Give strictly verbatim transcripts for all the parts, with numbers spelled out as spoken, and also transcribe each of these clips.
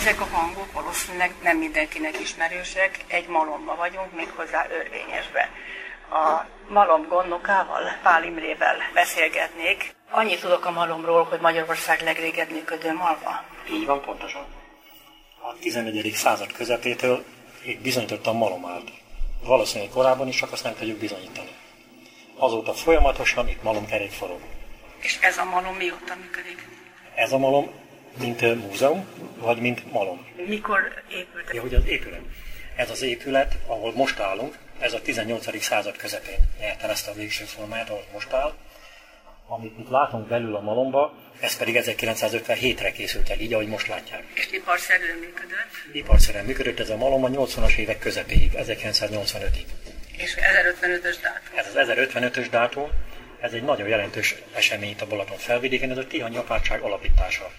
Ezek a hangok valószínűleg nem mindenkinek ismerősek, egy malomba vagyunk, méghozzá Örvényesbe. A malom gondnokával, Pál Imrével beszélgetnék. Annyit tudok a malomról, hogy Magyarország legrégebb működő malma. Így van, pontosan. A tizennegyedik század közepétől itt bizonyítottan malom állt. Valószínűleg korábban is, csak azt nem tudjuk bizonyítani. Azóta folyamatosan itt malomkerék forog. És ez a malom mióta működik? Ez a malom mint múzeum, vagy mint malom. Mikor épült? Ja, hogy az épület. Ez az épület, ahol most állunk, ez a tizennyolcadik század közepén nyerte ezt a végső formáját, ahol most áll. Amit itt látunk belül a malomba, ez pedig ezerkilencszázötvenhétre készült el, így ahogy most látják. És iparszerűen működött? Iparszerűen működött ez a malom a nyolcvanas évek közepéig, ezerkilencszáznyolcvanötig. És ezerötvenötös dátum? Ez az ezerötvenötös dátum, ez egy nagyon jelentős esemény a Balaton felvidéken, ez a Tihanyi apátság alapítása.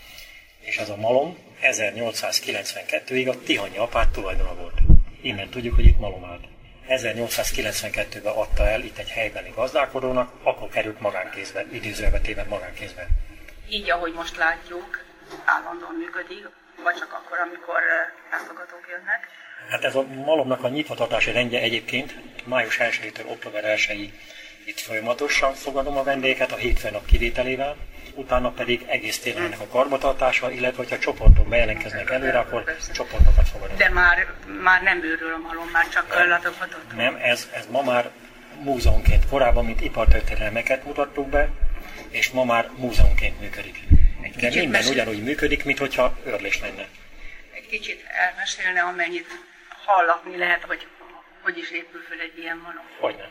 És ez a malom ezernyolcszázkilencvenkettőig a Tihanyi apát tulajdona volt. Innen tudjuk, hogy itt malom állt. ezernyolcszázkilencvenkettőben adta el itt egy helybeli gazdálkodónak, akkor került magánkézbe, idézővetében magánkézbe. Így, ahogy most látjuk, állandóan működik, vagy csak akkor, amikor látogatók jönnek? Hát ez a malomnak a nyitvatartási rendje egyébként május elsejétől október elsejéig itt folyamatosan fogadom a vendégeket a hétfőn nap kivételével, utána pedig egész télen ennek a karbantartása, illetve hogyha csoportok bejelentkeznek előre, akkor csoportokat fogadom. De már, már nem őrül a malom, már csak látogatott? Nem, ez, ez ma már múzeumként, korábban, mint ipartörténelmeket mutattuk be, és ma már múzeumként működik. De minden mesél... ugyanúgy működik, mintha őrlés lenne. Egy kicsit elmesélne, amennyit hallatni lehet, hogy hogy is épül föl egy ilyen malom. Hogyne.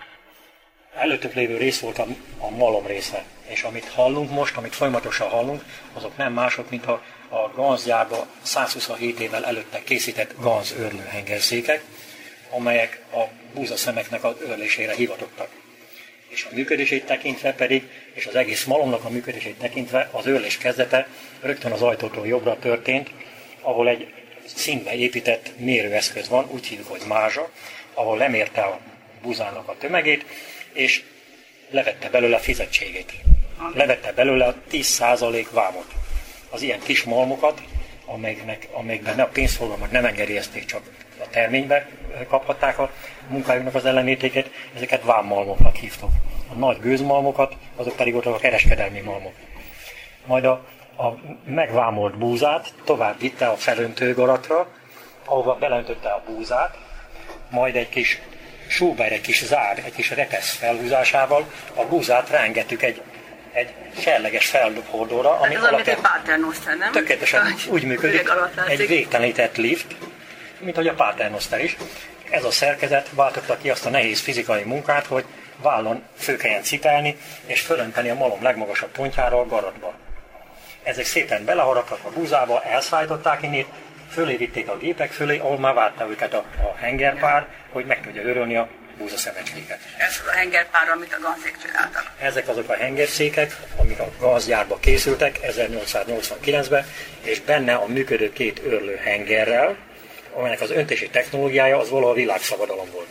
Előttük lévő rész volt a, a malom része, és amit hallunk most, amit folyamatosan hallunk, azok nem mások, mint a, a Ganz-gyárba százhuszonhét évvel előtte készített Ganz őrlőhengerszékek, amelyek a búzaszemeknek az őrlésére hivatottak. És a működését tekintve pedig, és az egész malomnak a működését tekintve az őrlés kezdete rögtön az ajtótól jobbra történt, ahol egy színbe épített mérőeszköz van, úgy hívjuk, hogy mázsa, ahol lemérte a búzának a tömegét, és levette belőle a fizetségét. Levette belőle a tíz százalék vámot. Az ilyen kis malmokat, amelyeknek, amelyekben a pénzforgalmat nem engedélyezték, csak a terménybe kaphatták a munkájuknak az ellenértéket, ezeket vámmalmoknak hívtak. A nagy gőzmalmokat, azok pedig voltak a kereskedelmi malmok. Majd a, a megvámolt búzát tovább vitte a felöntőgaratra, ahova beleöntötte a búzát, majd egy kis súber, egy kis zár, egy kis repesz felhúzásával a búzát rángettük egy, egy serleges feldobhordóra, ami hát alapján... egy Paternoster, nem? Tökéletesen úgy működik, egy végtelenített lift, mint hogy a Paternoster is. Ez a szerkezet váltotta ki azt a nehéz fizikai munkát, hogy vállon főkelyen cipelni és fölönteni a malom legmagasabb pontjára a garatba. Ezek szépen beleharaptak a búzába, elszállították innét, fölé vitték a gépek fölé, ahol már várta őket a, a hengerpár, hogy meg tudja örölni a búzaszemecskéket. Ez az a hengerpár, amit a Ganzék csináltak. Ezek azok a hengerszékek, amik a Ganz-gyárba készültek ezernyolcszáznyolcvankilencben, és benne a működő két őrlő hengerrel, amelynek az öntési technológiája az valahol világszabadalom volt.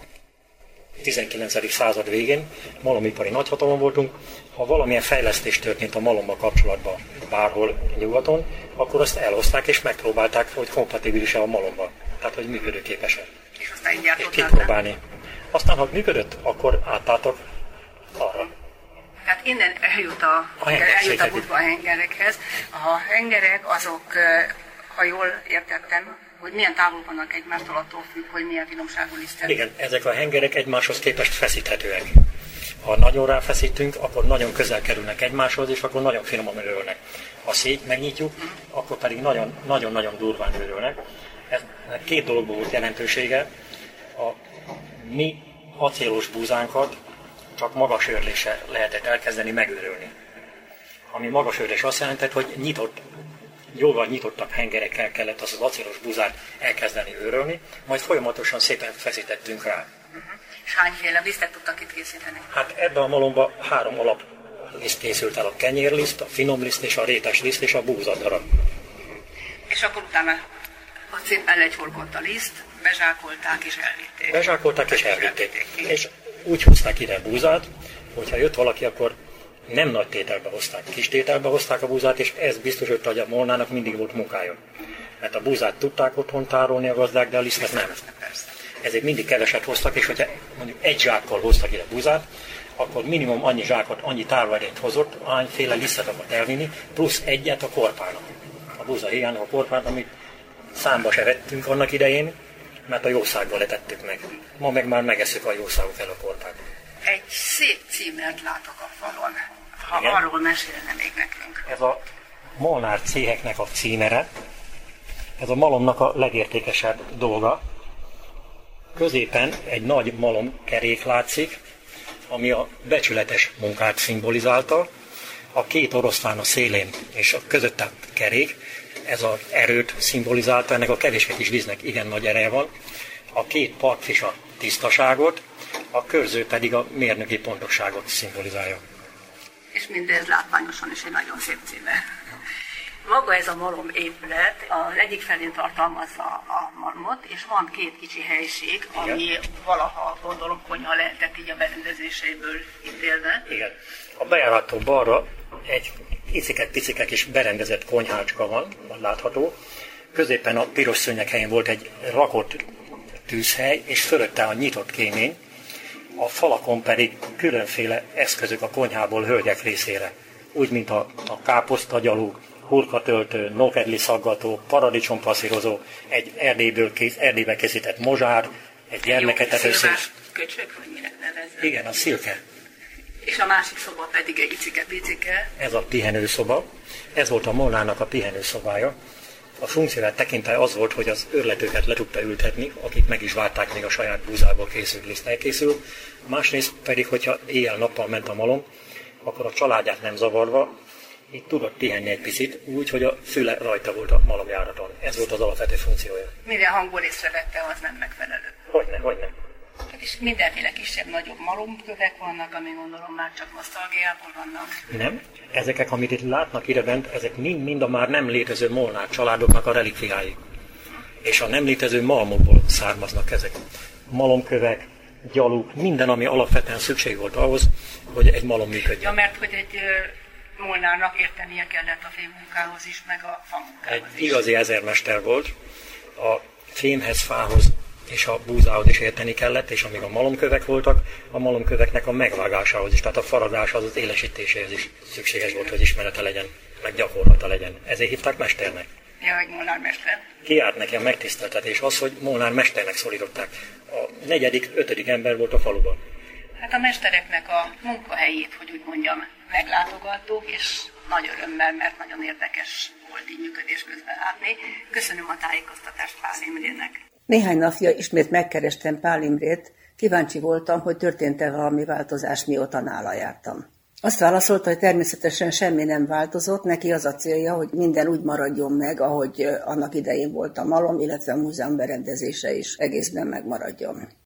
tizenkilencedik század végén malomipari nagyhatalom voltunk, ha valamilyen fejlesztés történt a malommal kapcsolatban bárhol nyugaton, akkor azt elhozták és megpróbálták, hogy kompatibilis-e a malommal, tehát hogy működőképes-e. És aztán így jártották. Kipróbálni. Aztán, ha működött, akkor átálltak arra. Tehát innen eljut a, a, eljut a Budva hengerekhez. A hengerek azok, ha jól értettem, hogy milyen távol vannak egymástól, attól függ, hogy milyen finomságú lisztet. Igen, ezek a hengerek egymáshoz képest feszíthetőek. Ha nagyon ráfeszítünk, akkor nagyon közel kerülnek egymáshoz, és akkor nagyon finoman őrölnek. Ha szét megnyitjuk, mm. akkor pedig nagyon-nagyon durván őrölnek. Ez két dologból volt jelentősége. A mi acélos búzánkat csak magas őrléssel lehetett elkezdeni megőrölni. Ami magas őrlés azt jelentett, hogy nyitott, jóval nyitottabb hengerekkel kellett az, az acélos búzát elkezdeni őrölni, majd folyamatosan szépen feszítettünk rá. Uh-huh. És hányféle lisztet tudtak itt készíteni? Hát ebben a malomban három alap liszt készült el, a kenyérliszt, a finom liszt és a rétes liszt és a búzadarab. És akkor utána ott szépen lecsorgott a liszt, bezsákolták és elvitték. Bezsákolták és elvitték. És úgy hozták ide a búzát, hogyha jött valaki, akkor nem nagy tételbe hozták, kis tételbe hozták a búzát, és ez biztosította, hogy a molnának mindig volt munkája. Mert a búzát tudták otthon tárolni a gazdák, de a lisztet nem. Ezért mindig keveset hoztak, és hogyha mondjuk egy zsákkal hoztak ide búzát, akkor minimum annyi zsákot, annyi tárolóerőt hozott, ahányféle lisztet akart elvinni, plusz egyet a korpának. A búza héjának a korpát, amit számba se vettünk annak idején, mert a jószágba letettük meg. Ma meg már megesszük a jószágot el a korpát. Egy szép címert látok a falon, ha Igen. arról mesélne még nekünk. Ez a Molnár céheknek a címere, ez a malomnak a legértékesebb dolga. Középen egy nagy malomkerék látszik, ami a becsületes munkát szimbolizálta. A két oroszlán a szélén és a között a kerék, ez az erőt szimbolizálta, ennek a kevésbé kis víznek igen nagy ereje van. A két parkfis a tisztaságot, a körző pedig a mérnöki pontosságot szimbolizálja. És mindez látványosan is egy nagyon szép címe. Maga ez a malom épület az egyik felén tartalmazza a malmot, és van két kicsi helység, ami igen. valaha gondolom konyha lehetett így a berendezéséből ítélve. Igen. A bejárától balra egy icike-picike kis berendezett konyhácska van, látható. Középen a piros szőnyeg helyén volt egy rakott tűzhely, és fölötte a nyitott kémény. A falakon pedig különféle eszközök a konyhából hölgyek részére. Úgy, mint a, a káposztagyalú, hurkatöltő, nokedli szaggató, paradicsompasszírozó, egy Erdélyből kész, Erdélybe készített mozsár, egy gyermeketető szék. Köcsög, hogy minek nevezzem. Igen, a szilke. És a másik szoba pedig egy icike-picike. Ez a pihenőszoba. Ez volt a Molnárnak a pihenőszobája. A funkcióját tekintve az volt, hogy az őrletőket le tudta ültetni, akik meg is várták, még a saját búzából készült liszt elkészül. Másrészt pedig, hogyha éjjel-nappal ment a malom, akkor a családját nem zavarva, itt tudott pihenni egy picit, úgy, hogy a füle rajta volt a malomjáraton. Ez volt az alapvető funkciója. Minden hangból észrevette, az nem megfelelő. Hogyne, hogyne. És mindenféle kisebb-nagyobb malomkövek vannak, ami gondolom már csak nosztalgiából vannak. Nem. Ezek, amit itt látnak idebent, ezek mind-mind a már nem létező Molnár családoknak a relikviái. És a nem létező malmokból származnak ezek. Malomkövek, gyaluk, minden, ami alapvetően szükség volt ahhoz, hogy egy malom működjön. Ja, mert hogy egy ö, Molnárnak értenie kellett a fémmunkához is, meg a famunkához Egy is. igazi ezermester volt. A fémhez, fához és a búzához is érteni kellett, és amíg a malomkövek voltak, a malomköveknek a megvágásához is, tehát a faragásához, az élesítéséhez is szükséges volt, hogy ismerete legyen, meg gyakorlata legyen. Ezért hívták mesternek. Ja, hogy Molnár mester. Ki járt neki a megtiszteltetés az, hogy Molnár mesternek szólították. A negyedik, ötödik ember volt a faluban. Hát a mestereknek a munkahelyét, hogy úgy mondjam, meglátogattuk, és nagy örömmel, mert nagyon érdekes volt így működés közben látni. Köszönöm a tájékoztatást Pál Imrének. Néhány napja ismét megkerestem Pál Imrét, kíváncsi voltam, hogy történt-e valami változás, mióta nála jártam. Azt válaszolta, hogy természetesen semmi nem változott, neki az a célja, hogy minden úgy maradjon meg, ahogy annak idején volt a malom, illetve a múzeum berendezése is egészben megmaradjon.